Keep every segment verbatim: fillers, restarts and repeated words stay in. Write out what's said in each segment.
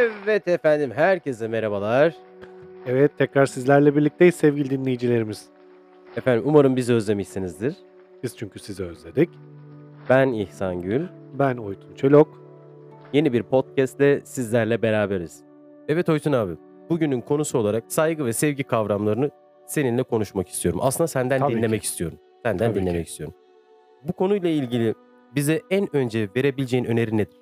Evet efendim, herkese merhabalar. Evet, tekrar sizlerle birlikteyiz sevgili dinleyicilerimiz. Efendim umarım bizi özlemişsinizdir. Biz çünkü sizi özledik. Ben İhsan Gül. Ben Oytun Çolok. Yeni bir podcast'le sizlerle beraberiz. Evet Oytun abi, bugünün konusu olarak saygı ve sevgi kavramlarını seninle konuşmak istiyorum. Aslında senden Tabii dinlemek ki. istiyorum. Senden Tabii dinlemek ki. istiyorum. Bu konuyla ilgili bize en önce verebileceğin öneri nedir?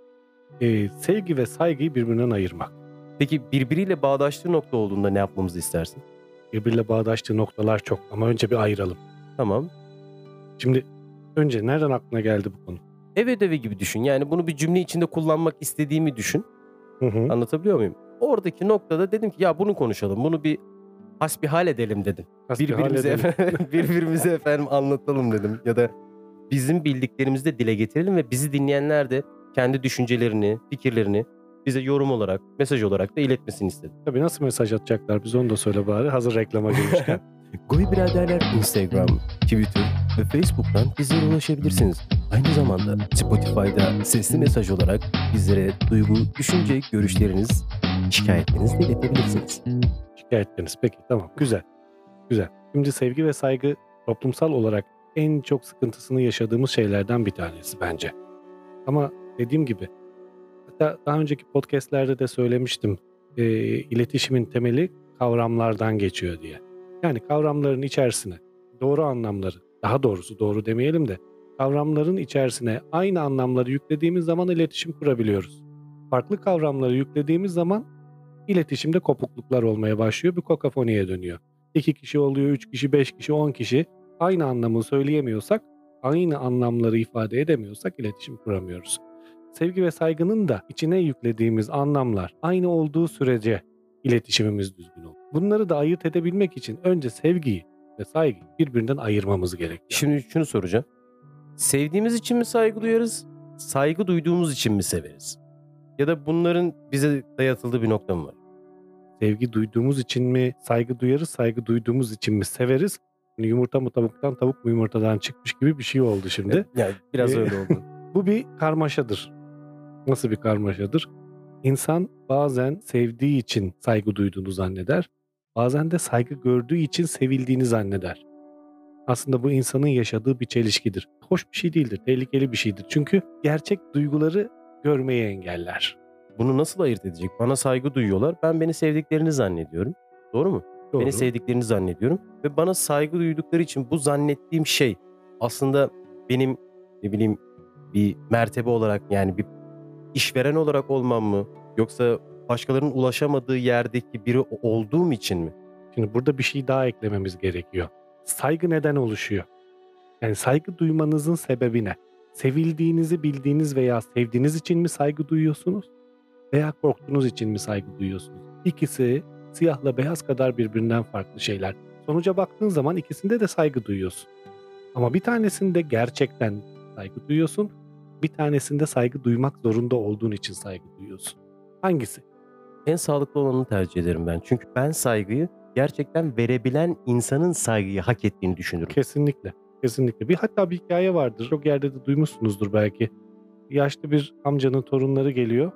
Ee, sevgi ve saygıyı birbirinden ayırmak. Peki birbiriyle bağdaştığı nokta olduğunda ne yapmamızı istersin? Birbiriyle bağdaştığı noktalar çok ama önce bir ayıralım. Tamam. Şimdi önce nereden aklına geldi bu konu? Ev ödevi gibi düşün. Yani bunu bir cümle içinde kullanmak istediğimi düşün. Hı hı. Anlatabiliyor muyum? Oradaki noktada dedim ki ya bunu konuşalım. Bunu bir hasbihal edelim dedim. Hasbihal Birbirimize edelim. efendim, birbirimize efendim anlatalım dedim. Ya da bizim bildiklerimizi de dile getirelim ve bizi dinleyenler de kendi düşüncelerini, fikirlerini bize yorum olarak, mesaj olarak da iletmesini istedim. Tabii nasıl mesaj atacaklar bize onu da söyle bari hazır reklama girmişken. Goy Biraderler Instagram, Twitter ve Facebook'tan bizlere ulaşabilirsiniz. Aynı zamanda Spotify'da sesli mesaj olarak bizlere duygu, düşünce, görüşleriniz, şikayetlerinizi de iletebilirsiniz. Şikayetleriniz peki tamam güzel. Güzel. Şimdi sevgi ve saygı toplumsal olarak en çok sıkıntısını yaşadığımız şeylerden bir tanesi bence. Ama dediğim gibi hatta daha önceki podcastlerde de söylemiştim. E, iletişimin temeli kavramlardan geçiyor diye. Yani kavramların içerisine doğru anlamları, daha doğrusu doğru demeyelim de kavramların içerisine aynı anlamları yüklediğimiz zaman iletişim kurabiliyoruz. Farklı kavramları yüklediğimiz zaman iletişimde kopukluklar olmaya başlıyor, bir kakofoniye dönüyor. İki kişi oluyor, üç kişi, beş kişi, on kişi aynı anlamı söyleyemiyorsak, aynı anlamları ifade edemiyorsak iletişim kuramıyoruz. Sevgi ve saygının da içine yüklediğimiz anlamlar aynı olduğu sürece iletişimimiz düzgün olur. Bunları da ayırt edebilmek için önce sevgiyi ve saygıyı birbirinden ayırmamız gerekiyor. Şimdi şunu soracağım. Sevdiğimiz için mi saygı duyarız, saygı duyduğumuz için mi severiz? Ya da bunların bize dayatıldığı bir nokta mı var? Sevgi duyduğumuz için mi saygı duyarız, saygı duyduğumuz için mi severiz? Yani yumurta mı tavuktan, tavuk mu yumurtadan çıkmış gibi bir şey oldu şimdi. Yani biraz Ee, öyle oldu. Bu bir karmaşadır. Nasıl bir karmaşadır? İnsan bazen sevdiği için saygı duyduğunu zanneder, bazen de saygı gördüğü için sevildiğini zanneder. Aslında bu insanın yaşadığı bir çelişkidir. Hoş bir şey değildir, tehlikeli bir şeydir. Çünkü gerçek duyguları görmeyi engeller. Bunu nasıl ayırt edecek? Bana saygı duyuyorlar. Ben beni sevdiklerini zannediyorum. Doğru mu? Doğru. Beni sevdiklerini zannediyorum. Ve bana saygı duydukları için bu zannettiğim şey aslında benim ne bileyim bir mertebe olarak yani bir işveren olarak olmam mı? Yoksa başkalarının ulaşamadığı yerdeki biri olduğum için mi? Şimdi burada bir şey daha eklememiz gerekiyor. Saygı neden oluşuyor? Yani saygı duymanızın sebebi ne? Sevildiğinizi bildiğiniz veya sevdiğiniz için mi saygı duyuyorsunuz? Veya korktuğunuz için mi saygı duyuyorsunuz? İkisi siyahla beyaz kadar birbirinden farklı şeyler. Sonuca baktığın zaman ikisinde de saygı duyuyorsun. Ama bir tanesinde gerçekten saygı duyuyorsun, bir tanesinde saygı duymak zorunda olduğun için saygı duyuyorsun. Hangisi? En sağlıklı olanını tercih ederim ben. Çünkü ben saygıyı gerçekten verebilen insanın saygıyı hak ettiğini düşünürüm. Kesinlikle. Kesinlikle. Bir hatta bir hikaye vardır. Çok yerde de duymuşsunuzdur belki. Yaşlı bir amcanın torunları geliyor.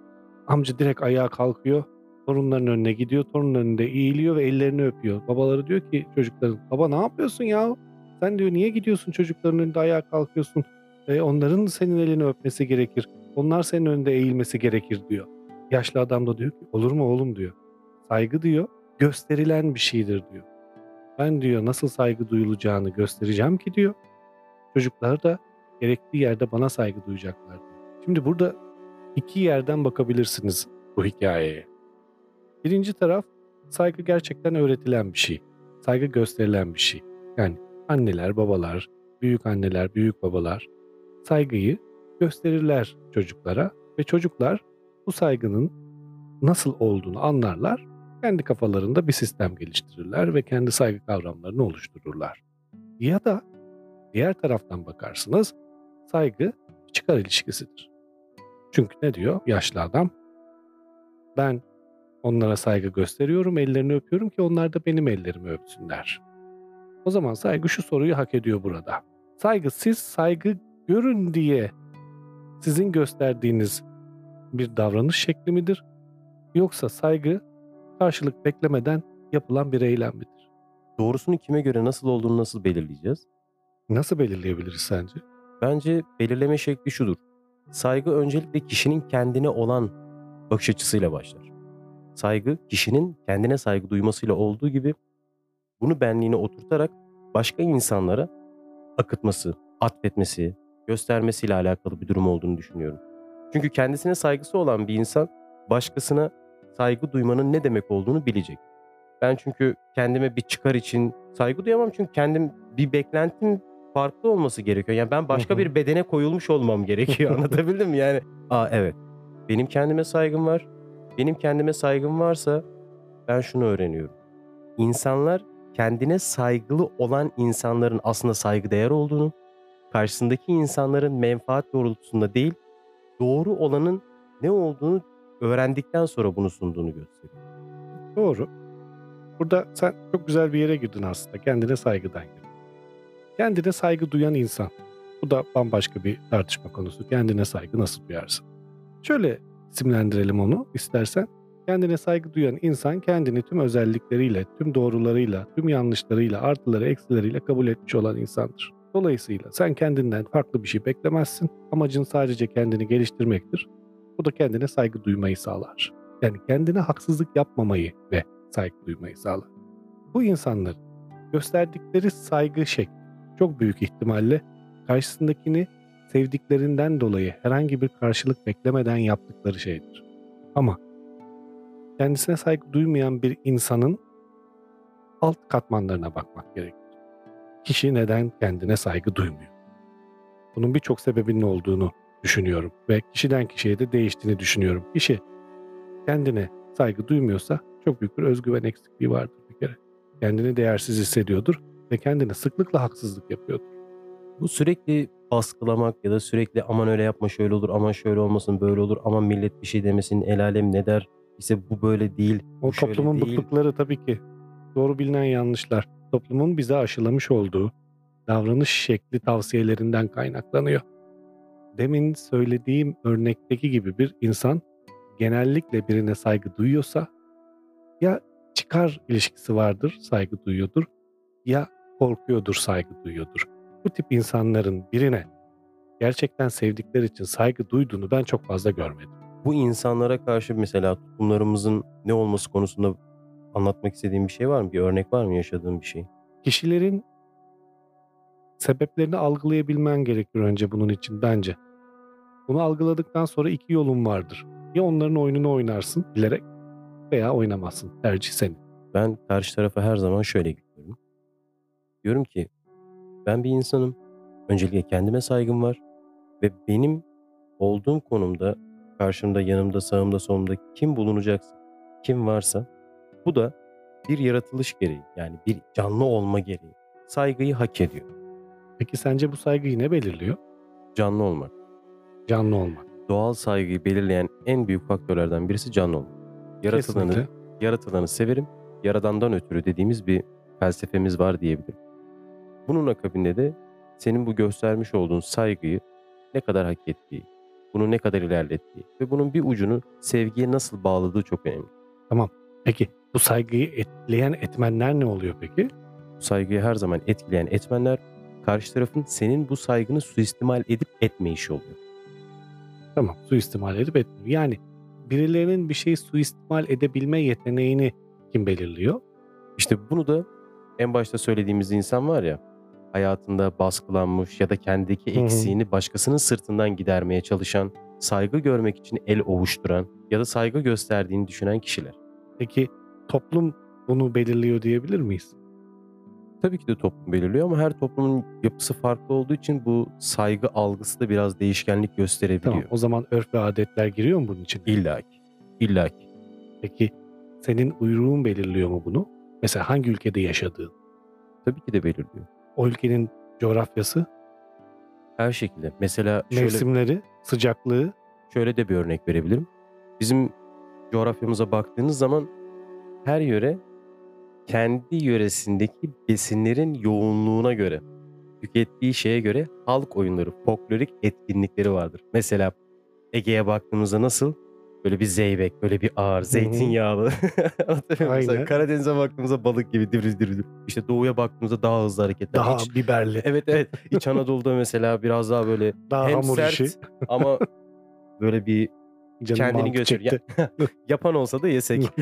Amca direkt ayağa kalkıyor. Torunların önüne gidiyor. Torunun önünde eğiliyor ve ellerini öpüyor. Babaları diyor ki çocukların, baba ne yapıyorsun ya? Sen diyor niye gidiyorsun çocukların önünde ayağa kalkıyorsun? E, onların senin elini öpmesi gerekir. Onlar senin önünde eğilmesi gerekir diyor. Yaşlı adam da diyor ki olur mu oğlum diyor. Saygı diyor gösterilen bir şeydir diyor. Ben diyor nasıl saygı duyulacağını göstereceğim ki diyor. Çocuklar da gerektiği yerde bana saygı duyacaklar diyor. Şimdi burada iki yerden bakabilirsiniz bu hikayeye. Birinci taraf saygı gerçekten öğretilen bir şey. Saygı gösterilen bir şey. Yani anneler, babalar, büyük anneler, büyük babalar saygıyı gösterirler çocuklara ve çocuklar bu saygının nasıl olduğunu anlarlar. Kendi kafalarında bir sistem geliştirirler ve kendi saygı kavramlarını oluştururlar. Ya da diğer taraftan bakarsınız saygı çıkar ilişkisidir. Çünkü ne diyor yaşlı adam? Ben onlara saygı gösteriyorum, ellerini öpüyorum ki onlar da benim ellerimi öpsünler. O zaman saygı şu soruyu hak ediyor burada. Saygı siz saygı görün diye sizin gösterdiğiniz bir davranış şekli midir? Yoksa saygı karşılık beklemeden yapılan bir eylem midir? Doğrusunun kime göre nasıl olduğunu nasıl belirleyeceğiz? Nasıl belirleyebiliriz sence? Bence belirleme şekli şudur. Saygı öncelikle kişinin kendine olan bakış açısıyla başlar. Saygı kişinin kendine saygı duymasıyla olduğu gibi bunu benliğine oturtarak başka insanlara akıtması, atfetmesi, göstermesiyle alakalı bir durum olduğunu düşünüyorum. Çünkü kendisine saygısı olan bir insan başkasına saygı duymanın ne demek olduğunu bilecek. Ben çünkü kendime bir çıkar için saygı duyamam çünkü kendim bir beklentim farklı olması gerekiyor. Yani ben Hı başka hı. bir bedene koyulmuş olmam gerekiyor. Anlatabildim mi? Yani aa evet. Benim kendime saygım var. Benim kendime saygım varsa ben şunu öğreniyorum. İnsanlar kendine saygılı olan insanların aslında saygıdeğer olduğunu, karşısındaki insanların menfaat doğrultusunda değil, doğru olanın ne olduğunu öğrendikten sonra bunu sunduğunu gösteriyor. Doğru. Burada sen çok güzel bir yere girdin aslında. Kendine saygıdan girdin. Kendine saygı duyan insan. Bu da bambaşka bir tartışma konusu. Kendine saygı nasıl duyarsın? Şöyle isimlendirelim onu istersen. Kendine saygı duyan insan kendini tüm özellikleriyle, tüm doğrularıyla, tüm yanlışlarıyla, artıları, eksileriyle kabul etmiş olan insandır. Dolayısıyla sen kendinden farklı bir şey beklemezsin. Amacın sadece kendini geliştirmektir. Bu da kendine saygı duymayı sağlar. Yani kendine haksızlık yapmamayı ve saygı duymayı sağlar. Bu insanların gösterdikleri saygı şekli çok büyük ihtimalle karşısındakini sevdiklerinden dolayı herhangi bir karşılık beklemeden yaptıkları şeydir. Ama kendisine saygı duymayan bir insanın alt katmanlarına bakmak gerekir. Kişi neden kendine saygı duymuyor? Bunun birçok sebebinin olduğunu düşünüyorum ve kişiden kişiye de değiştiğini düşünüyorum. Kişi kendine saygı duymuyorsa çok büyük bir özgüven eksikliği vardır bir kere. Kendini değersiz hissediyordur ve kendine sıklıkla haksızlık yapıyordur. Bu sürekli baskılamak ya da sürekli aman öyle yapma şöyle olur, aman şöyle olmasın böyle olur, aman millet bir şey demesin, el alem ne der, işte bu böyle değil, O bu şöyle toplumun değil. bıklıkları tabii ki doğru bilinen yanlışlar. Toplumun bize aşılamış olduğu davranış şekli tavsiyelerinden kaynaklanıyor. Demin söylediğim örnekteki gibi bir insan genellikle birine saygı duyuyorsa ya çıkar ilişkisi vardır, saygı duyuyordur ya korkuyordur, saygı duyuyordur. Bu tip insanların birine gerçekten sevdikleri için saygı duyduğunu ben çok fazla görmedim. Bu insanlara karşı mesela tutumlarımızın ne olması konusunda anlatmak istediğin bir şey var mı? Bir örnek var mı yaşadığın bir şey? Kişilerin sebeplerini algılayabilmen gerekir önce bunun için bence. Bunu algıladıktan sonra iki yolun vardır. Ya onların oyununu oynarsın bilerek veya oynamazsın. Tercih senin. Ben karşı tarafa her zaman şöyle gidiyorum. Diyorum ki ben bir insanım. Öncelikle kendime saygım var ve benim olduğum konumda karşımda, yanımda, sağımda, solumda kim bulunacaksa, kim varsa bu da bir yaratılış gereği yani bir canlı olma gereği saygıyı hak ediyor. Peki sence bu saygıyı ne belirliyor? Canlı olmak. Canlı olmak. Doğal saygıyı belirleyen en büyük faktörlerden birisi canlı olmak. Yaratılanı, Kesinlikle. yaratılanı severim, yaradandan ötürü dediğimiz bir felsefemiz var diyebilirim. Bunun akabinde de senin bu göstermiş olduğun saygıyı ne kadar hak ettiği, bunu ne kadar ilerlettiği ve bunun bir ucunu sevgiye nasıl bağladığı çok önemli. Tamam. Peki bu saygıyı etkileyen etmenler ne oluyor peki? Bu saygıyı her zaman etkileyen etmenler karşı tarafın senin bu saygını suistimal edip etmeyişi oluyor. Tamam. Suistimal edip etmiyor. Yani birilerinin bir şeyi suistimal edebilme yeteneğini kim belirliyor? İşte bunu da en başta söylediğimiz insan var ya, hayatında baskılanmış ya da kendiki Hı hı. eksiğini başkasının sırtından gidermeye çalışan, saygı görmek için el ovuşturan ya da saygı gösterdiğini düşünen kişiler. Peki toplum bunu belirliyor diyebilir miyiz? Tabii ki de toplum belirliyor ama her toplumun yapısı farklı olduğu için bu saygı algısı da biraz değişkenlik gösterebiliyor. Tamam. O zaman örf ve adetler giriyor mu bunun için? İlla ki. İlla ki. Peki senin uyruğun belirliyor mu bunu? Mesela hangi ülkede yaşadığın, Tabii ki de belirliyor. o ülkenin coğrafyası, Her şekilde. Mesela şöyle mevsimleri, sıcaklığı. şöyle de bir örnek verebilirim. Bizim coğrafyamıza baktığınız zaman her yöre kendi yöresindeki besinlerin yoğunluğuna göre, tükettiği şeye göre halk oyunları, folklorik etkinlikleri vardır. Mesela Ege'ye baktığımızda nasıl? Böyle bir zeybek, böyle bir ağır, Hı hı. zeytinyağlı. Anlatabiliyor muyum? Mesela Aynen. Karadeniz'e baktığımızda balık gibi diri diri. İşte doğuya baktığımızda daha hızlı hareketler. İç Daha biberli. Evet, evet. İç Anadolu'da mesela biraz daha böyle Daha hem hamur işi. sert ama böyle bir Canım kendini mantı gösteriyor. çekti. Ya, yapan olsa da yesek.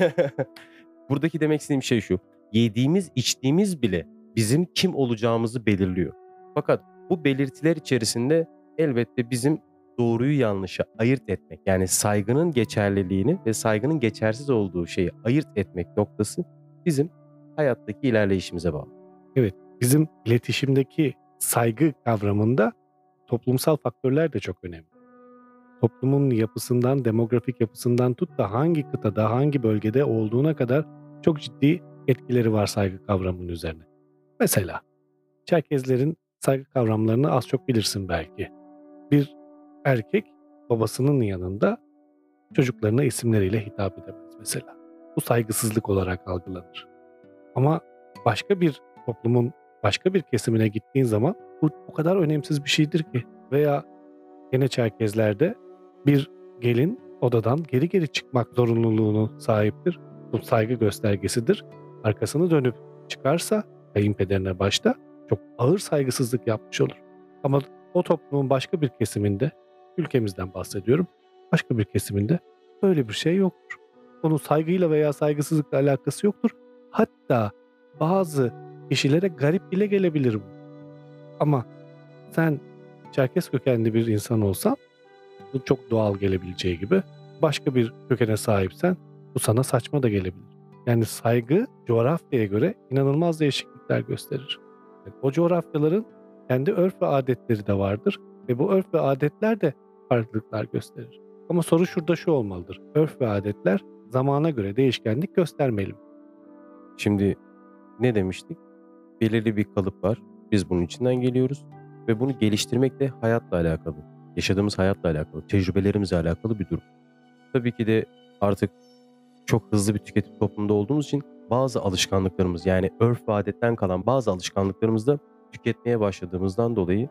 Buradaki demek istediğim şey şu. Yediğimiz, içtiğimiz bile bizim kim olacağımızı belirliyor. Fakat bu belirtiler içerisinde elbette bizim doğruyu yanlışı ayırt etmek, yani saygının geçerliliğini ve saygının geçersiz olduğu şeyi ayırt etmek noktası bizim hayattaki ilerleyişimize bağlı. Evet, bizim iletişimdeki saygı kavramında toplumsal faktörler de çok önemli. Toplumun yapısından, demografik yapısından tut da hangi kıtada, hangi bölgede olduğuna kadar çok ciddi etkileri var saygı kavramının üzerine. Mesela Çerkezlerin saygı kavramlarını az çok bilirsin belki. Bir erkek babasının yanında çocuklarına isimleriyle hitap edemez mesela. Bu saygısızlık olarak algılanır. Ama başka bir toplumun başka bir kesimine gittiğin zaman bu o kadar önemsiz bir şeydir ki. Veya gene Çerkezlerde bir gelin odadan geri geri çıkmak zorunluluğunu sahiptir. Bu saygı göstergesidir. Arkasını dönüp çıkarsa kayınpederine başta çok ağır saygısızlık yapmış olur. Ama o toplumun başka bir kesiminde, ülkemizden bahsediyorum, başka bir kesiminde böyle bir şey yoktur. Onun saygıyla veya saygısızlıkla alakası yoktur. Hatta bazı kişilere garip bile gelebilir bu. Ama sen Çerkez kökenli bir insan olsan bu çok doğal gelebileceği gibi başka bir kökene sahipsen bu sana saçma da gelebilir. Yani saygı coğrafyaya göre inanılmaz değişiklikler gösterir. Yani o coğrafyaların kendi örf ve adetleri de vardır ve bu örf ve adetler de farklılıklar gösterir. Ama soru şurada şu olmalıdır. Örf ve adetler zamana göre değişkenlik göstermeli mi? Şimdi ne demiştik? Belirli bir kalıp var. Biz bunun içinden geliyoruz ve bunu geliştirmek de hayatla alakalı. Yaşadığımız hayatla alakalı, tecrübelerimizle alakalı bir durum. Tabii ki de artık çok hızlı bir tüketim toplumunda olduğumuz için bazı alışkanlıklarımız, yani örf ve adetten kalan bazı alışkanlıklarımızı da tüketmeye başladığımızdan dolayı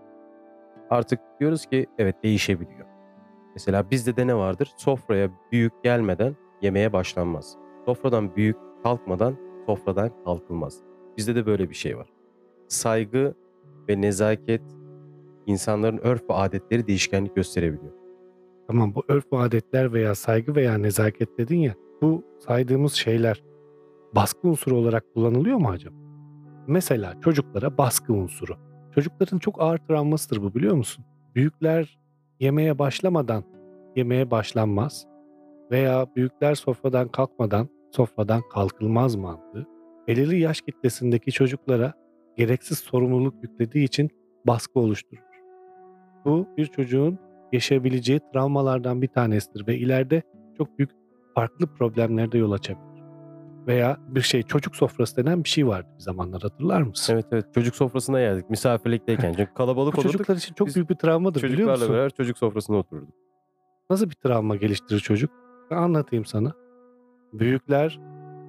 artık diyoruz ki evet, değişebiliyor. Mesela bizde de ne vardır? Sofraya büyük gelmeden yemeğe başlanmaz. Sofradan büyük kalkmadan sofradan kalkılmaz. Bizde de böyle bir şey var. Saygı ve nezaket, insanların örf ve adetleri değişkenlik gösterebiliyor. Tamam, bu örf ve adetler veya saygı veya nezaket dedin ya, bu saydığımız şeyler baskı unsuru olarak kullanılıyor mu acaba? Mesela çocuklara baskı unsuru. Çocukların çok ağır travmasıdır bu, biliyor musun? Büyükler yemeğe başlamadan yemeğe başlanmaz veya büyükler sofradan kalkmadan sofradan kalkılmaz mantığı belirli yaş kitlesindeki çocuklara gereksiz sorumluluk yüklediği için baskı oluşturur. Bu bir çocuğun yaşayabileceği travmalardan bir tanesidir ve ileride çok büyük farklı problemlere de yol açabilir. Veya bir şey, çocuk sofrası denen bir şey vardı bir zamanlar, hatırlar mısın? Evet, evet, çocuk sofrasına yerdik misafirlikteyken. Çünkü kalabalık Bu olurduk. çocuklar için çok Biz büyük bir travmadır, biliyor çocuklarla musun? beraber çocuk sofrasına otururduk. Nasıl bir travma geliştirir çocuk? Ben anlatayım sana. Büyükler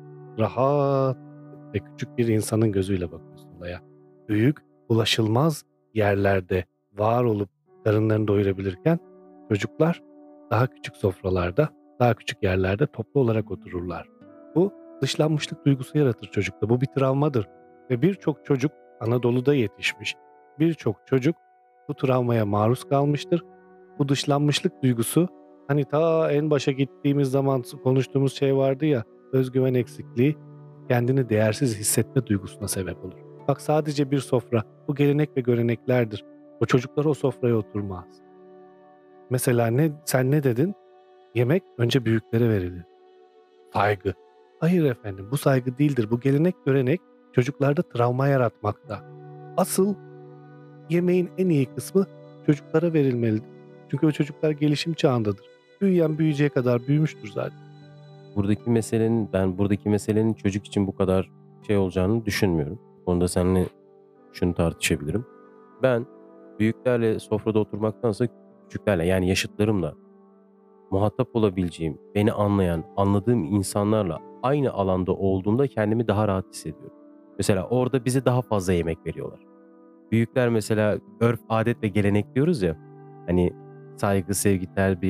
rahat ve küçük bir insanın gözüyle bakıyorsun olaya. Büyük, ulaşılmaz yerlerde var olup karınlarını doyurabilirken çocuklar daha küçük sofralarda, daha küçük yerlerde toplu olarak otururlar. Bu dışlanmışlık duygusu yaratır çocukta. Bu bir travmadır. Ve birçok çocuk Anadolu'da yetişmiş. Birçok çocuk bu travmaya maruz kalmıştır. Bu dışlanmışlık duygusu, hani ta en başa gittiğimiz zaman konuştuğumuz şey vardı ya, özgüven eksikliği, kendini değersiz hissetme duygusuna sebep olur. Bak, sadece bir sofra, bu gelenek ve göreneklerdir. O çocuklar o sofraya oturmaz. Mesela ne, sen ne dedin? Yemek önce büyüklere verilir. Saygı. Hayır efendim, bu saygı değildir. Bu gelenek görenek çocuklarda travma yaratmakta. Asıl yemeğin en iyi kısmı çocuklara verilmelidir. Çünkü o çocuklar gelişim çağındadır. Büyüyen büyüyeceği kadar büyümüştür zaten. Buradaki meselenin ben buradaki meselenin çocuk için bu kadar şey olacağını düşünmüyorum. Bu konuda seninle şunu tartışabilirim. Ben büyüklerle sofrada oturmaktansa küçüklerle, yani yaşıtlarımla muhatap olabileceğim, beni anlayan, anladığım insanlarla aynı alanda olduğumda kendimi daha rahat hissediyorum. Mesela orada bize daha fazla yemek veriyorlar. Büyükler mesela örf, adet ve gelenek diyoruz ya. Hani saygı, sevgi, terbiye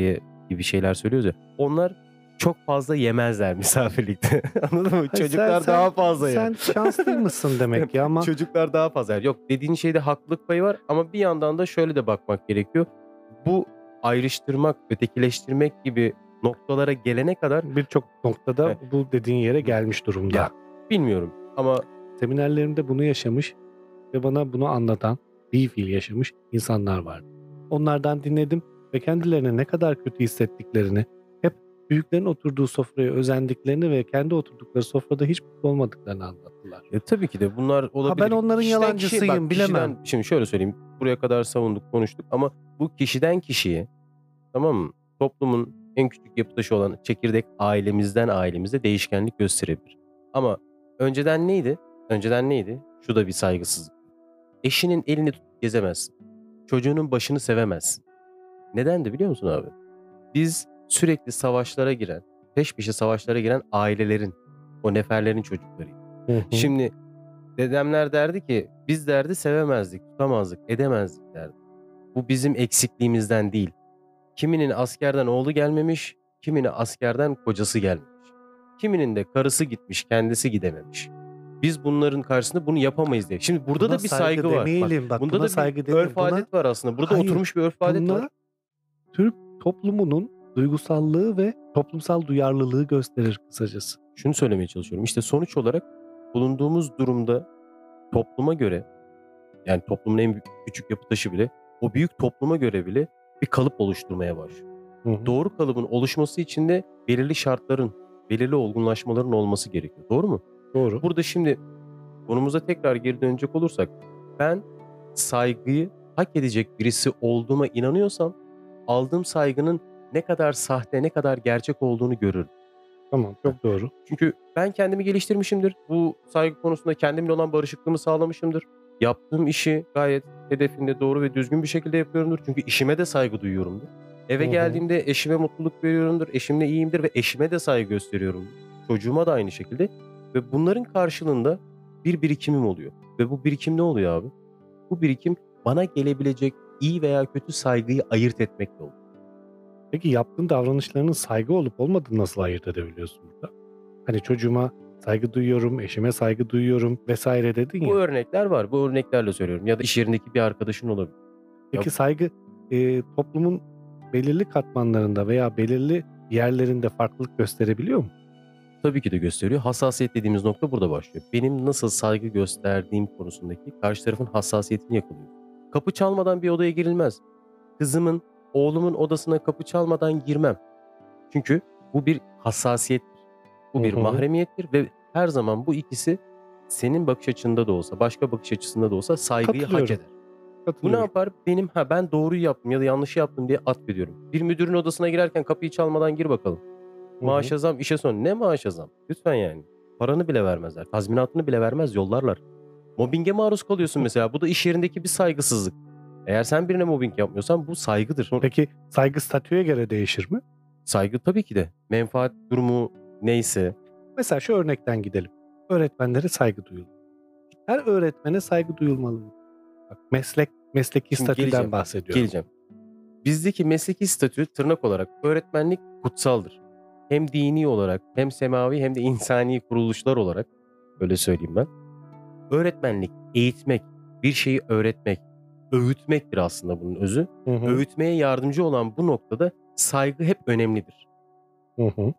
gibi şeyler söylüyoruz ya. Onlar çok fazla yemezler misafirlikte. Anladın mı? Hayır, Çocuklar sen, daha sen, fazla yer. sen şanslıymışsın demek ki ama Çocuklar daha fazla yer. Yok, dediğin şeyde haklılık payı var ama bir yandan da şöyle de bakmak gerekiyor. Bu ayrıştırmak, ötekileştirmek gibi noktalara gelene kadar birçok noktada evet, bu dediğin yere gelmiş durumda. ya bilmiyorum ama Seminerlerimde bunu yaşamış ve bana bunu anlatan, bir fiil yaşamış insanlar vardı. Onlardan dinledim ve kendilerine ne kadar kötü hissettiklerini, hep büyüklerin oturduğu sofraya özendiklerini ve kendi oturdukları sofrada hiç mutlu olmadıklarını anlattılar. e, tabii ki de bunlar Ha, olabilir. ben onların Kişiden yalancısıyım, kişi, bak, bilemem. kişiden, şimdi şöyle söyleyeyim. Buraya kadar savunduk, konuştuk ama bu kişiden kişiye, tamam mı? Toplumun en küçük yapı taşı olan çekirdek ailemizden ailemize değişkenlik gösterebilir. Ama önceden neydi? Önceden neydi? Şu da bir saygısızlık. Eşinin elini tutup gezemezsin. Çocuğunun başını sevemezsin. Neden de biliyor musun abi? Biz sürekli savaşlara giren, peş peşe savaşlara giren ailelerin, o neferlerin çocuklarıyız. Hı hı. Şimdi dedemler derdi ki biz derdi sevemezdik, tutamazdık, edemezdik derdi. Bu bizim eksikliğimizden değil. Kiminin askerden oğlu gelmemiş, kiminin askerden kocası gelmemiş. Kiminin de karısı gitmiş, kendisi gidememiş. Biz bunların karşısında bunu yapamayız diye. Şimdi burada Buna da bir saygı saygı var. Bak, demeyelim. Bak, bunda buna da saygı bir demeyelim. örf Buna adet var aslında. Burada hayır. oturmuş bir örf adet var. Bunlar Türk toplumunun duygusallığı ve toplumsal duyarlılığı gösterir kısacası. Şunu söylemeye çalışıyorum. İşte sonuç olarak bulunduğumuz durumda topluma göre, yani toplumun en büyük, küçük yapı taşı bile o büyük topluma göre bile bir kalıp oluşturmaya başlıyor. Hı hı. Doğru kalıbın oluşması için de belirli şartların, belirli olgunlaşmaların olması gerekiyor. Doğru mu? Doğru. Burada şimdi konumuza tekrar geri dönecek olursak, ben saygıyı hak edecek birisi olduğuma inanıyorsam aldığım saygının ne kadar sahte, ne kadar gerçek olduğunu görürüm. Tamam, çok doğru. Çünkü ben kendimi geliştirmişimdir. Bu saygı konusunda kendimle olan barışıklığımı sağlamışımdır. Yaptığım işi gayet hedefinde doğru ve düzgün bir şekilde yapıyorumdur. Çünkü işime de saygı duyuyorumdur. Eve Hı hı. geldiğimde eşime mutluluk veriyorumdur. Eşimle iyiyimdir ve eşime de saygı gösteriyorum. Çocuğuma da aynı şekilde. Ve bunların karşılığında bir birikimim oluyor. Ve bu birikim ne oluyor abi? Bu birikim bana gelebilecek iyi veya kötü saygıyı ayırt etmekle oluyor. Peki yaptığın davranışlarının saygı olup olmadığını nasıl ayırt edebiliyorsun burada? Hani çocuğuma saygı duyuyorum, eşime saygı duyuyorum vesaire dedin Bu ya. örnekler var. Bu örneklerle söylüyorum. Ya da iş yerindeki bir arkadaşın olabilir. Peki Ya- saygı e, toplumun belirli katmanlarında veya belirli yerlerinde farklılık gösterebiliyor mu? Tabii ki de gösteriyor. Hassasiyet dediğimiz nokta burada başlıyor. Benim nasıl saygı gösterdiğim konusundaki karşı tarafın hassasiyetini yakalıyor. Kapı çalmadan bir odaya girilmez. Kızımın, oğlumun odasına kapı çalmadan girmem. Çünkü bu bir hassasiyettir. Bu Hı bir hı. mahremiyettir ve her zaman bu ikisi senin bakış açında da olsa, başka bakış açısında da olsa saygıyı hak Katılıyorum. eder. Bu ne Katılıyorum. yapar? Benim ha ben doğruyu yaptım ya da yanlışı yaptım diye atfediyorum. Bir müdürün odasına girerken kapıyı çalmadan gir bakalım. Hı hı. Maaşa zam, işe son. Ne maaşa zam? Lütfen yani. Paranı bile vermezler. Tazminatını bile vermez, yollarlar. Mobbinge maruz kalıyorsun mesela. Bu da iş yerindeki bir saygısızlık. Eğer sen birine mobbing yapmıyorsan bu saygıdır. Peki saygı statüye göre değişir mi? Saygı tabii ki de. Menfaat durumu neyse. Mesela şu örnekten gidelim. Öğretmenlere saygı duyulur. Her öğretmene saygı duyulmalı mı? Bak, meslek, mesleki Şimdi statüden geleceğim. bahsediyorum. Geleceğim. Bizdeki mesleki statü tırnak olarak öğretmenlik kutsaldır. Hem dini olarak hem semavi hem de insani kuruluşlar olarak öyle söyleyeyim ben. Öğretmenlik, eğitmek, bir şeyi öğretmek, öğütmektir aslında bunun özü. Hı hı. Öğütmeye yardımcı olan bu noktada saygı hep önemlidir. Hı hı.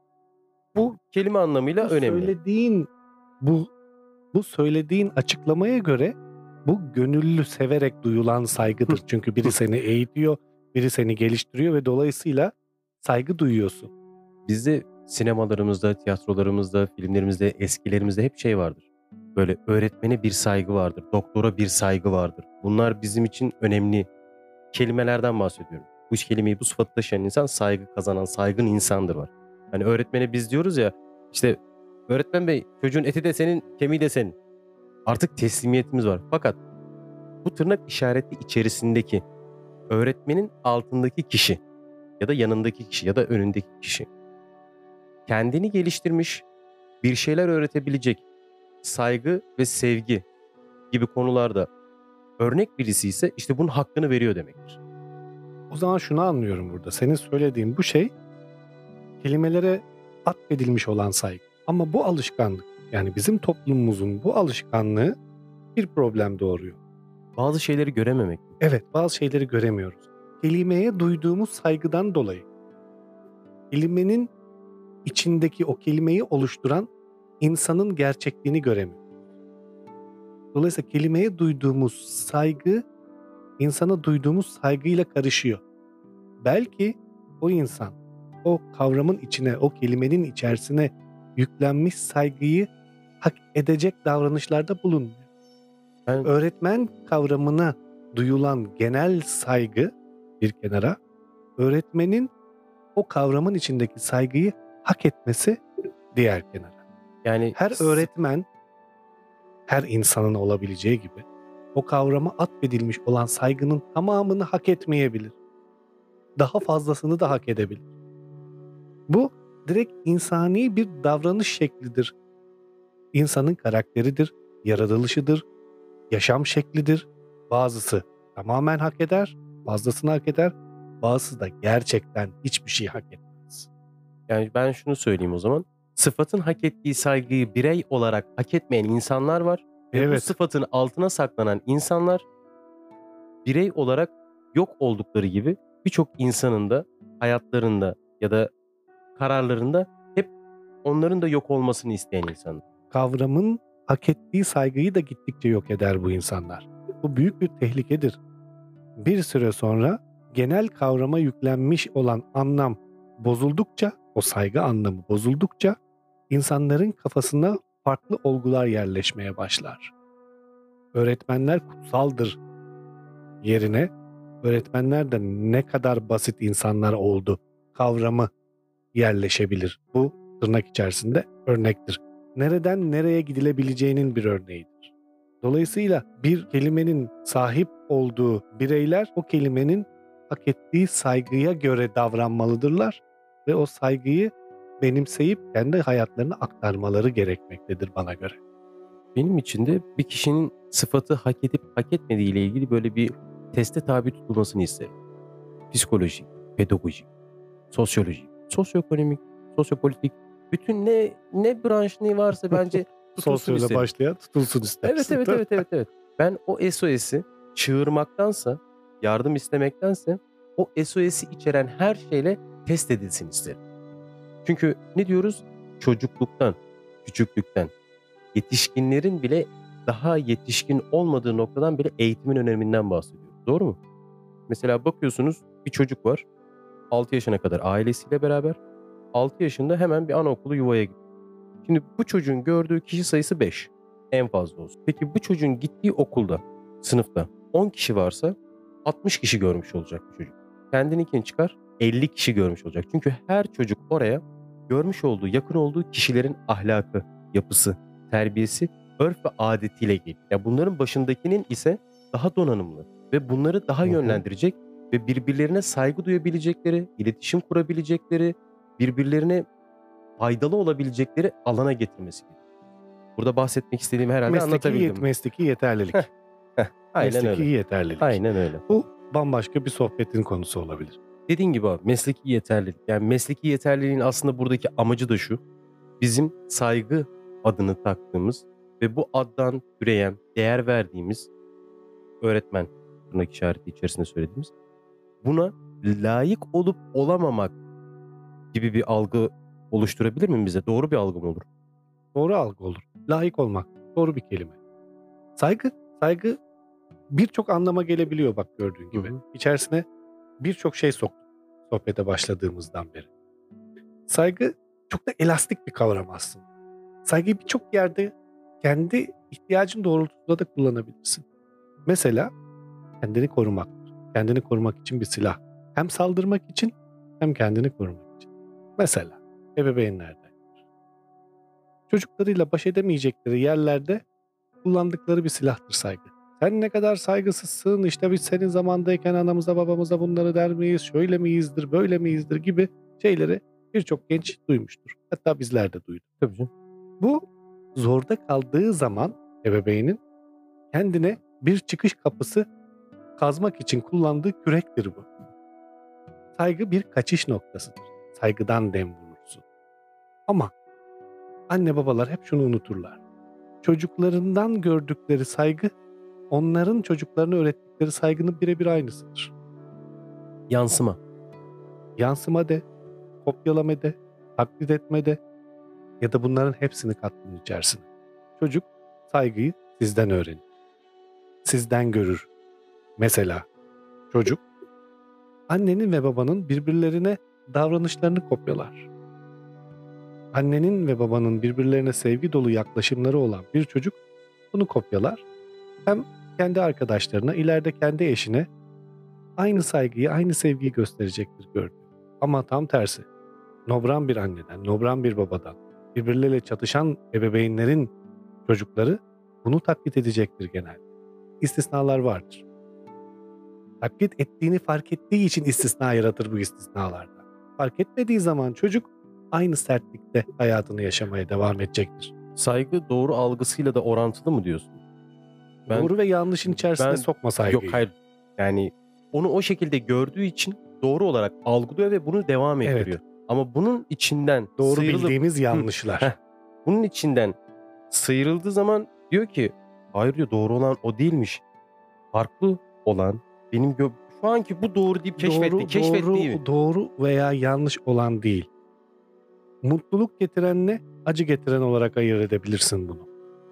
Bu kelime anlamıyla Bu önemli. söylediğin bu bu söylediğin açıklamaya göre bu gönüllü severek duyulan saygıdır. Çünkü biri seni eğitiyor, biri seni geliştiriyor ve dolayısıyla saygı duyuyorsun. Bizde sinemalarımızda, tiyatrolarımızda, filmlerimizde, eskilerimizde hep şey vardır. Böyle öğretmene bir saygı vardır, doktora bir saygı vardır. Bunlar bizim için önemli kelimelerden bahsediyorum. Bu kelimeyi, bu sıfatı taşıyan insan saygı kazanan, saygın insandır var. Hani öğretmene biz diyoruz ya, işte öğretmen bey çocuğun eti de senin, kemiği de senin. Artık teslimiyetimiz var. Fakat bu tırnak işareti içerisindeki öğretmenin altındaki kişi ya da yanındaki kişi ya da önündeki kişi kendini geliştirmiş, bir şeyler öğretebilecek saygı ve sevgi gibi konularda örnek birisi ise işte bunun hakkını veriyor demektir. O zaman şunu anlıyorum burada. Senin söylediğin bu şey kelimelere atfedilmiş olan saygı. Ama bu alışkanlık, yani bizim toplumumuzun bu alışkanlığı bir problem doğuruyor. Bazı şeyleri görememek. Evet, bazı şeyleri göremiyoruz. Kelimeye duyduğumuz saygıdan dolayı kelimenin içindeki o kelimeyi oluşturan insanın gerçekliğini göremiyoruz. Dolayısıyla kelimeye duyduğumuz saygı insana duyduğumuz saygıyla karışıyor. Belki o insan o kavramın içine, o kelimenin içerisine yüklenmiş saygıyı hak edecek davranışlarda bulunmuyor. Ben Öğretmen kavramına duyulan genel saygı bir kenara, öğretmenin o kavramın içindeki saygıyı hak etmesi diğer kenara. yani Her öğretmen, her insanın olabileceği gibi o kavrama atfedilmiş olan saygının tamamını hak etmeyebilir. Daha fazlasını da hak edebilir. Bu direkt insani bir davranış şeklidir. İnsanın karakteridir, yaratılışıdır, yaşam şeklidir. Bazısı tamamen hak eder, fazlasını hak eder. Bazısı da gerçekten hiçbir şey hak etmez. Yani ben şunu söyleyeyim o zaman. Sıfatın hak ettiği saygıyı birey olarak hak etmeyen insanlar var. Ve bu Evet. sıfatın altına saklanan insanlar birey olarak yok oldukları gibi birçok insanın da hayatlarında ya da kararlarında hep onların da yok olmasını isteyen insanlar. Kavramın hak ettiği saygıyı da gittikçe yok eder bu insanlar. Bu büyük bir tehlikedir. Bir süre sonra genel kavrama yüklenmiş olan anlam bozuldukça, o saygı anlamı bozuldukça insanların kafasına farklı olgular yerleşmeye başlar. Öğretmenler kutsaldır yerine öğretmenler de ne kadar basit insanlar oldu kavramı yerleşebilir. Bu tırnak içerisinde örnektir. Nereden nereye gidilebileceğinin bir örneğidir. Dolayısıyla bir kelimenin sahip olduğu bireyler o kelimenin hak ettiği saygıya göre davranmalıdırlar ve o saygıyı benimseyip kendi hayatlarına aktarmaları gerekmektedir bana göre. Benim için de bir kişinin sıfatı hak edip hak etmediği ile ilgili böyle bir teste tabi tutulmasını isterim. Psikoloji, pedagoji, sosyoloji, sosyoekonomik, sosyopolitik, bütün ne ne branş ne varsa bence tutulsun Sosyole isterim. başlayan tutulsun istersin. Evet evet evet evet evet. Ben o S O S'i çığırmaktansa, yardım istemektense o S O S'i içeren her şeyle test edilsin isterim. Çünkü ne diyoruz? Çocukluktan, küçüklükten, yetişkinlerin bile daha yetişkin olmadığı noktadan bile eğitimin öneminden bahsediyoruz. Doğru mu? Mesela bakıyorsunuz bir çocuk var. altı yaşına kadar ailesiyle beraber. altı yaşında hemen bir anaokulu yuvaya gidiyor. Şimdi bu çocuğun gördüğü kişi sayısı beş. En fazla olsun. Peki bu çocuğun gittiği okulda, sınıfta on kişi varsa altmış kişi görmüş olacak bu çocuk. Kendininkini çıkar elli kişi görmüş olacak. Çünkü her çocuk oraya görmüş olduğu, yakın olduğu kişilerin ahlakı, yapısı, terbiyesi, örf ve adetiyle geliyor. Yani bunların başındakinin ise daha donanımlı ve bunları daha Hı hı. yönlendirecek ve birbirlerine saygı duyabilecekleri, iletişim kurabilecekleri, birbirlerine faydalı olabilecekleri alana getirmesi gerekiyor. Burada bahsetmek istediğimi herhalde Mesleki, anlatabildim. yet, mesleki yeterlilik. Heh, heh, aynen mesleki öyle. yeterlilik. Aynen öyle. Bu bambaşka bir sohbetin konusu olabilir. Dediğin gibi abi mesleki yeterlilik. Yani mesleki yeterliliğin aslında buradaki amacı da şu. Bizim saygı adını taktığımız ve bu addan üreyen, değer verdiğimiz öğretmen tırnak işareti içerisinde söylediğimiz buna layık olup olamamak gibi bir algı oluşturabilir mi bize? Doğru bir algı mı olur? Doğru algı olur. Layık olmak. Doğru bir kelime. Saygı, saygı birçok anlama gelebiliyor bak gördüğün gibi. Hı hı. İçerisine birçok şey soktuk sohbete başladığımızdan beri. Saygı çok da elastik bir kavram aslında. Saygıyı birçok yerde kendi ihtiyacın doğrultusunda da kullanabilirsin. Mesela kendini korumaktır. Kendini korumak için bir silah. Hem saldırmak için hem kendini korumak için. Mesela ebeveynlerde. Çocuklarıyla baş edemeyecekleri yerlerde kullandıkları bir silahtır saygı. Sen ne kadar saygısızsın, işte biz senin zamandayken anamıza babamıza bunları der miyiz, şöyle miyizdir, böyle miyizdir gibi şeyleri birçok genç duymuştur. Hatta bizler de duyduk. Tabii canım. Bu zorda kaldığı zaman ebeveynin kendine bir çıkış kapısı kazmak için kullandığı kürektir bu. Saygı bir kaçış noktasıdır. Saygıdan dem vurursun. Ama anne babalar hep şunu unuturlar. Çocuklarından gördükleri saygı, onların çocuklarına öğrettikleri saygının birebir aynısıdır. Yansıma. Yansıma de, kopyalama de, taklit etme de ya da bunların hepsini kattığın içerisine. Çocuk saygıyı sizden öğrenir. Sizden görür. Mesela çocuk annenin ve babanın birbirlerine davranışlarını kopyalar. Annenin ve babanın birbirlerine sevgi dolu yaklaşımları olan bir çocuk bunu kopyalar. Hem kendi arkadaşlarına, ileride kendi eşine aynı saygıyı, aynı sevgiyi gösterecektir gördüğü. Ama tam tersi, nobran bir anneden, nobran bir babadan, birbirleriyle çatışan ebeveynlerin çocukları bunu taklit edecektir genelde. İstisnalar vardır. Taklit ettiğini fark ettiği için istisna yaratır bu istisnalarda. Fark etmediği zaman çocuk aynı sertlikte hayatını yaşamaya devam edecektir. Saygı doğru algısıyla da orantılı mı diyorsun? Ben- Doğru ve yanlışın içerisine ben- sokma saygıyı. Yok hayır. Yani onu o şekilde gördüğü için doğru olarak algılıyor ve bunu devam Evet. ettiriyor. Ama bunun içinden Doğru sıyrılıp bildiğimiz yanlışlar. Heh. bunun içinden sıyrıldığı zaman diyor ki hayır diyor, doğru olan o değilmiş. Farklı olan benim gö- şu anki bu doğru deyip keşfetti. Doğru, Keşfettiği doğru, doğru veya yanlış olan değil. Mutluluk getirenle acı getiren olarak ayırt edebilirsin bunu.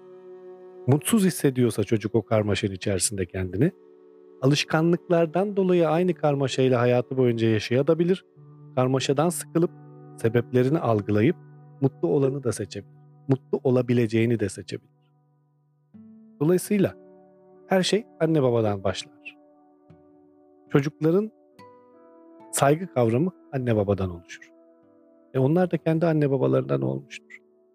Mutsuz hissediyorsa çocuk o karmaşanın içerisinde kendini, alışkanlıklardan dolayı aynı karmaşayla hayatı boyunca yaşayabilir. Karmaşadan sıkılıp sebeplerini algılayıp mutlu olanı da seçebilir. Mutlu olabileceğini de seçebilir. Dolayısıyla her şey anne babadan başlar. Çocukların saygı kavramı anne babadan oluşur. E onlar da kendi anne babalarından olmuştur.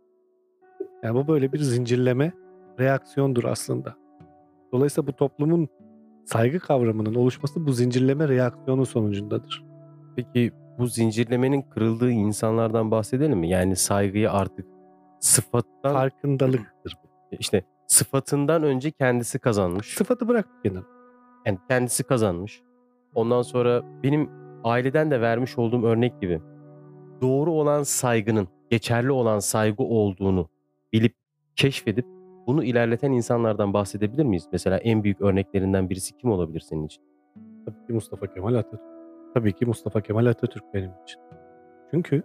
Yani bu böyle bir zincirleme reaksiyondur aslında. Dolayısıyla bu toplumun saygı kavramının oluşması bu zincirleme reaksiyonu sonucundadır. Peki bu zincirlemenin kırıldığı insanlardan bahsedelim mi? Yani saygıyı artık sıfattan Farkındalıktır bu. işte sıfatından önce kendisi kazanmış. Sıfatı bırak bir kenara. Yani kendisi kazanmış. Ondan sonra benim aileden de vermiş olduğum örnek gibi doğru olan saygının, geçerli olan saygı olduğunu bilip keşfedip bunu ilerleten insanlardan bahsedebilir miyiz? Mesela en büyük örneklerinden birisi kim olabilir senin için? Tabii ki Mustafa Kemal Atatürk. Tabii ki Mustafa Kemal Atatürk benim için. Çünkü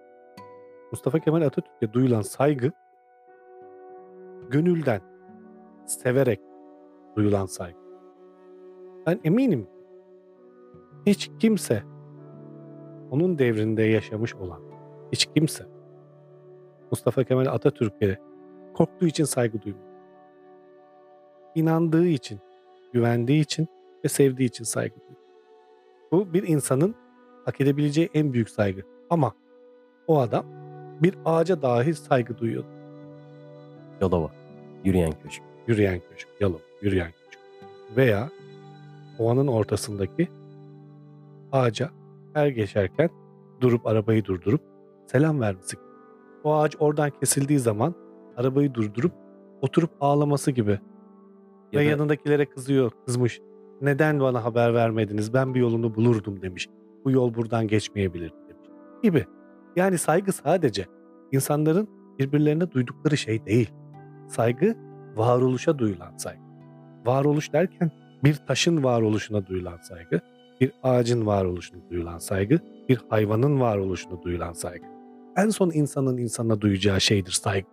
Mustafa Kemal Atatürk'e duyulan saygı gönülden, severek duyulan saygı. Ben eminim hiç kimse onun devrinde yaşamış olan hiç kimse Mustafa Kemal Atatürk'e korktuğu için saygı duymuyor. İnandığı için, güvendiği için ve sevdiği için saygı duyuyor. Bu bir insanın hak edebileceği en büyük saygı. Ama o adam bir ağaca dahi saygı duyuyor. Yalova, yürüyen köşk. Yürüyen köşk, Yalova, yürüyen köşk. Veya ovanın ortasındaki ağaca her geçerken durup arabayı durdurup selam vermesi. O ağaç oradan kesildiği zaman arabayı durdurup oturup ağlaması gibi. Ya Ve da- yanındakilere kızıyor, kızmış. Neden bana haber vermediniz? Ben bir yolunu bulurdum demiş. Bu yol buradan geçmeyebilirdi demiş. Gibi. Yani saygı sadece insanların birbirlerine duydukları şey değil. Saygı varoluşa duyulan saygı. Varoluş derken bir taşın varoluşuna duyulan saygı, bir ağacın varoluşuna duyulan saygı, bir hayvanın varoluşuna duyulan saygı. En son insanın insana duyacağı şeydir saygı.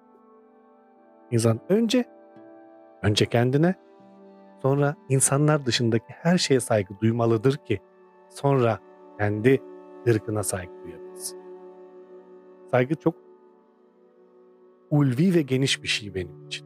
İnsan önce, önce kendine, sonra insanlar dışındaki her şeye saygı duymalıdır ki sonra kendi ırkına saygı duyabilsin. Saygı çok ulvi ve geniş bir şey benim için.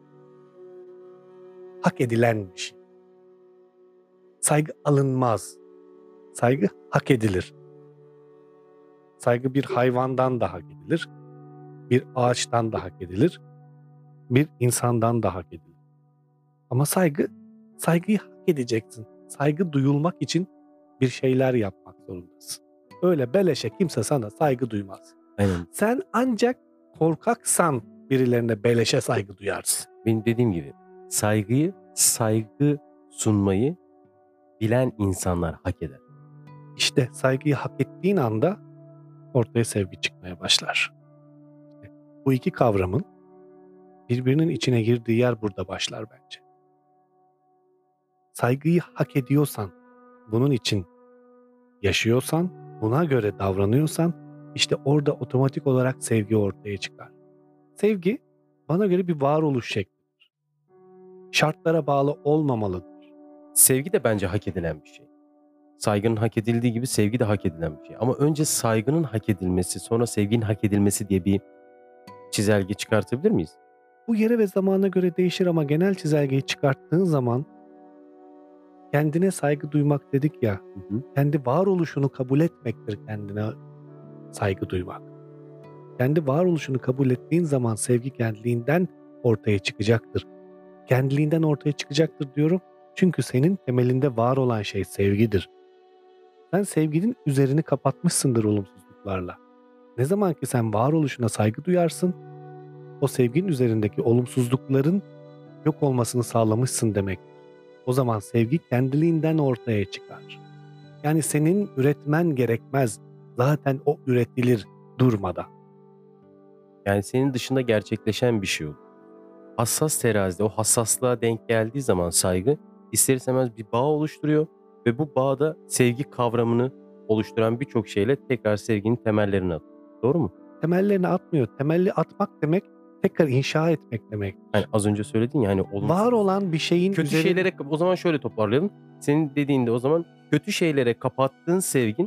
Hak edilen bir şey. Saygı alınmaz. Saygı hak edilir. Saygı bir hayvandan da hak edilir. Bir ağaçtan da hak edilir. Bir insandan da hak edilir. Ama saygı, saygıyı hak edeceksin. Saygı duyulmak için bir şeyler yapmak zorundasın. Öyle beleşe kimse sana saygı duymaz. Aynen. Sen ancak korkaksan birilerine beleşe saygı duyarsın. Benim dediğim gibi saygıyı, saygı sunmayı bilen insanlar hak eder. İşte saygıyı hak ettiğin anda ortaya sevgi çıkmaya başlar. Bu iki kavramın birbirinin içine girdiği yer burada başlar bence. Saygıyı hak ediyorsan, bunun için yaşıyorsan, buna göre davranıyorsan işte orada otomatik olarak sevgi ortaya çıkar. Sevgi bana göre bir varoluş şeklidir. Şartlara bağlı olmamalıdır. Sevgi de bence hak edilen bir şey. Saygının hak edildiği gibi sevgi de hak edilen bir şey. Ama önce saygının hak edilmesi, sonra sevginin hak edilmesi diye bir çizelge çıkartabilir miyiz? Bu yere ve zamana göre değişir ama genel çizelgeyi çıkarttığın zaman kendine saygı duymak dedik ya, Hı hı. kendi varoluşunu kabul etmektir kendine saygı duymak. Kendi varoluşunu kabul ettiğin zaman sevgi kendiliğinden ortaya çıkacaktır. Kendiliğinden ortaya çıkacaktır diyorum çünkü senin temelinde var olan şey sevgidir. Sen sevginin üzerini kapatmışsındır olumsuzluklarla. Ne zaman ki sen varoluşuna saygı duyarsın, o sevginin üzerindeki olumsuzlukların yok olmasını sağlamışsın demektir. O zaman sevgi kendiliğinden ortaya çıkar. Yani senin üretmen gerekmez. Zaten o üretilir durmadan. Yani senin dışında gerçekleşen bir şey olur. Hassas terazide o hassaslığa denk geldiği zaman saygı ister istemez bir bağ oluşturuyor ve bu bağda sevgi kavramını oluşturan birçok şeyle tekrar sevginin temellerini atıyor. Doğru mu? Temellerini atmıyor. Temelli atmak demek tekrar inşa etmek demek. Hani az önce söyledin ya hani olumsuz. Var olan bir şeyin kötü üzerine... şeylere o zaman şöyle toparlayalım. Senin dediğinde o zaman kötü şeylere kapattığın sevgin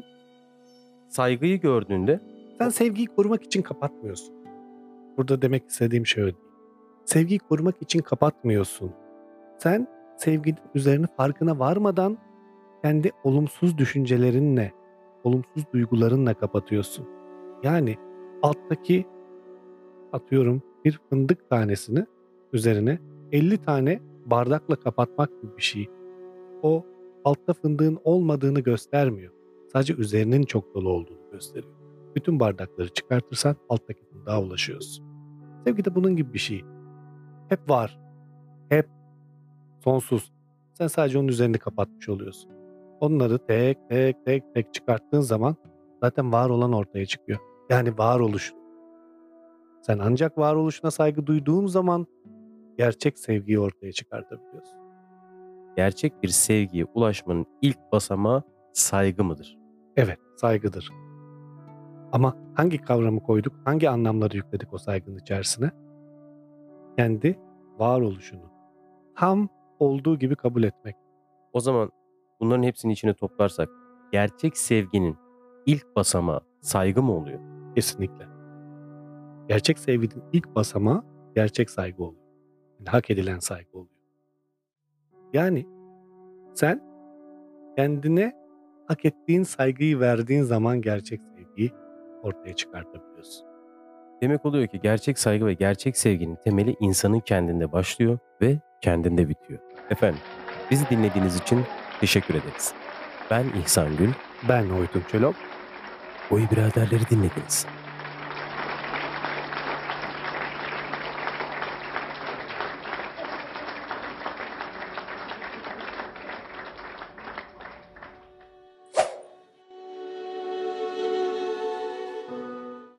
saygıyı gördüğünde Sen sevgiyi korumak için kapatmıyorsun. Burada demek istediğim şey öyle değil. Sevgiyi korumak için kapatmıyorsun. Sen sevginin üzerine farkına varmadan kendi olumsuz düşüncelerinle, olumsuz duygularınla kapatıyorsun. Yani alttaki atıyorum bir fındık tanesini üzerine elli tane bardakla kapatmak gibi bir şey. O altta fındığın olmadığını göstermiyor. Sadece üzerinin çok dolu olduğunu gösteriyor. Bütün bardakları çıkartırsan alttaki fındığa ulaşıyorsun. Sevgi de bunun gibi bir şey. Hep var. Hep sonsuz. Sen sadece onun üzerini kapatmış oluyorsun. Onları tek tek tek tek çıkarttığın zaman zaten var olan ortaya çıkıyor. Yani varoluşun. Sen ancak varoluşuna saygı duyduğun zaman gerçek sevgiyi ortaya çıkartabiliyorsun. gerçek bir sevgiye ulaşmanın ilk basamağı saygı mıdır? Evet, saygıdır. Ama hangi kavramı koyduk, hangi anlamları yükledik o saygının içerisine? Kendi varoluşunu tam olduğu gibi kabul etmek. O zaman bunların hepsini içine toplarsak gerçek sevginin ilk basamağı saygı mı oluyor? Kesinlikle. Gerçek sevginin ilk basamağı gerçek saygı oluyor. Yani hak edilen saygı oluyor. Yani sen kendine hak ettiğin saygıyı verdiğin zaman gerçek sevgiyi ortaya çıkartabiliyorsun. Demek oluyor ki gerçek saygı ve gerçek sevginin temeli insanın kendinde başlıyor ve kendinde bitiyor. Efendim, bizi dinlediğiniz için teşekkür ederiz. Ben İhsan Gül, Ben Oytun Çolok. Oy Biraderleri dinlediniz.